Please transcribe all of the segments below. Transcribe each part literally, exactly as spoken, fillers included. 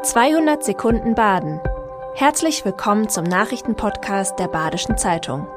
zweihundert Sekunden Baden. Herzlich willkommen zum Nachrichtenpodcast der Badischen Zeitung.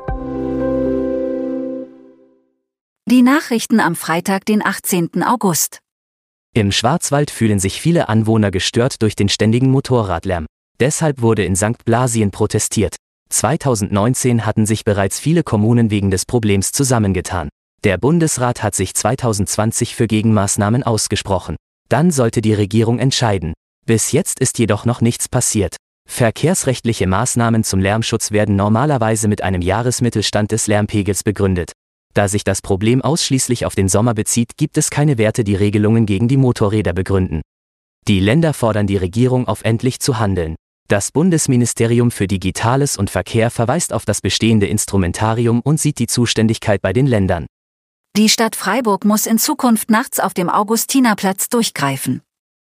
Die Nachrichten am Freitag, den achtzehnten August. Im Schwarzwald fühlen sich viele Anwohner gestört durch den ständigen Motorradlärm. Deshalb wurde in Sankt Blasien protestiert. zweitausendneunzehn hatten sich bereits viele Kommunen wegen des Problems zusammengetan. Der Bundesrat hat sich zweitausendzwanzig für Gegenmaßnahmen ausgesprochen. Dann sollte die Regierung entscheiden. Bis jetzt ist jedoch noch nichts passiert. Verkehrsrechtliche Maßnahmen zum Lärmschutz werden normalerweise mit einem Jahresmittelstand des Lärmpegels begründet. Da sich das Problem ausschließlich auf den Sommer bezieht, gibt es keine Werte, die Regelungen gegen die Motorräder begründen. Die Länder fordern die Regierung auf, endlich zu handeln. Das Bundesministerium für Digitales und Verkehr verweist auf das bestehende Instrumentarium und sieht die Zuständigkeit bei den Ländern. Die Stadt Freiburg muss in Zukunft nachts auf dem Augustinerplatz durchgreifen.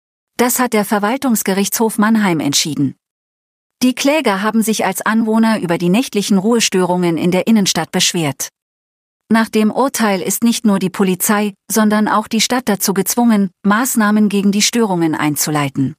Das hat der Verwaltungsgerichtshof Mannheim entschieden. Die Kläger haben sich als Anwohner über die nächtlichen Ruhestörungen in der Innenstadt beschwert. Nach dem Urteil ist nicht nur die Polizei, sondern auch die Stadt dazu gezwungen, Maßnahmen gegen die Störungen einzuleiten.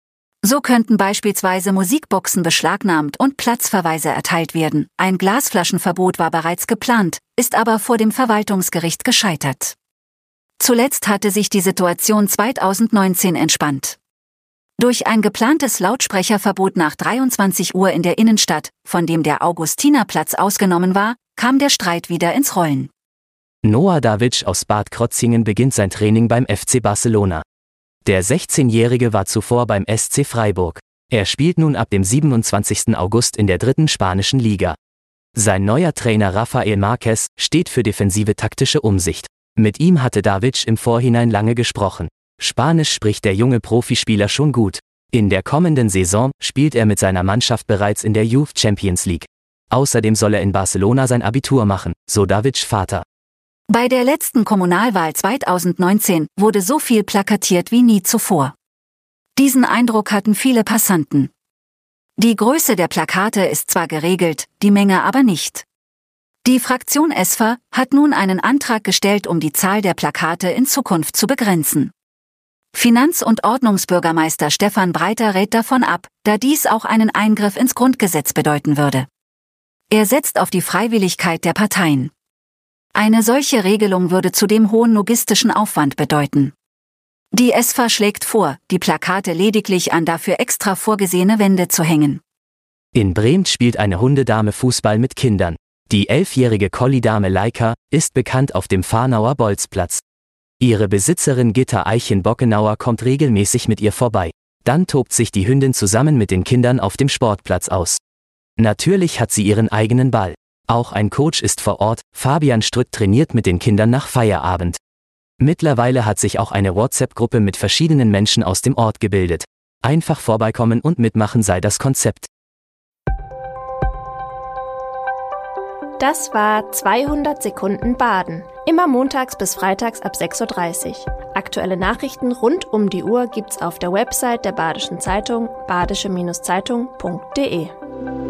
So könnten beispielsweise Musikboxen beschlagnahmt und Platzverweise erteilt werden. Ein Glasflaschenverbot war bereits geplant, ist aber vor dem Verwaltungsgericht gescheitert. Zuletzt hatte sich die Situation zweitausendneunzehn entspannt. Durch ein geplantes Lautsprecherverbot nach dreiundzwanzig Uhr in der Innenstadt, von dem der Augustinerplatz ausgenommen war, kam der Streit wieder ins Rollen. Noah Davic aus Bad Krozingen beginnt sein Training beim F C Barcelona. Der sechzehnjährige war zuvor beim S C Freiburg. Er spielt nun ab dem siebenundzwanzigsten August in der dritten spanischen Liga. Sein neuer Trainer Rafael Marquez steht für defensive taktische Umsicht. Mit ihm hatte Davic im Vorhinein lange gesprochen. Spanisch spricht der junge Profispieler schon gut. In der kommenden Saison spielt er mit seiner Mannschaft bereits in der Youth Champions League. Außerdem soll er in Barcelona sein Abitur machen, so Davids Vater. Bei der letzten Kommunalwahl zweitausendneunzehn wurde so viel plakatiert wie nie zuvor. Diesen Eindruck hatten viele Passanten. Die Größe der Plakate ist zwar geregelt, die Menge aber nicht. Die Fraktion S V A hat nun einen Antrag gestellt, um die Zahl der Plakate in Zukunft zu begrenzen. Finanz- und Ordnungsbürgermeister Stefan Breiter rät davon ab, da dies auch einen Eingriff ins Grundgesetz bedeuten würde. Er setzt auf die Freiwilligkeit der Parteien. Eine solche Regelung würde zudem hohen logistischen Aufwand bedeuten. Die S V A schlägt vor, die Plakate lediglich an dafür extra vorgesehene Wände zu hängen. In Bremen spielt eine Hundedame Fußball mit Kindern. Die elfjährige Collie-Dame Laika ist bekannt auf dem Fahnauer Bolzplatz. Ihre Besitzerin Gitta Eichen-Bockenauer kommt regelmäßig mit ihr vorbei. Dann tobt sich die Hündin zusammen mit den Kindern auf dem Sportplatz aus. Natürlich hat sie ihren eigenen Ball. Auch ein Coach ist vor Ort, Fabian Strütt trainiert mit den Kindern nach Feierabend. Mittlerweile hat sich auch eine WhatsApp-Gruppe mit verschiedenen Menschen aus dem Ort gebildet. Einfach vorbeikommen und mitmachen sei das Konzept. Das war zweihundert Sekunden Baden. Immer montags bis freitags ab sechs Uhr dreißig. Aktuelle Nachrichten rund um die Uhr gibt's auf der Website der Badischen Zeitung badische Zeitung punkt de.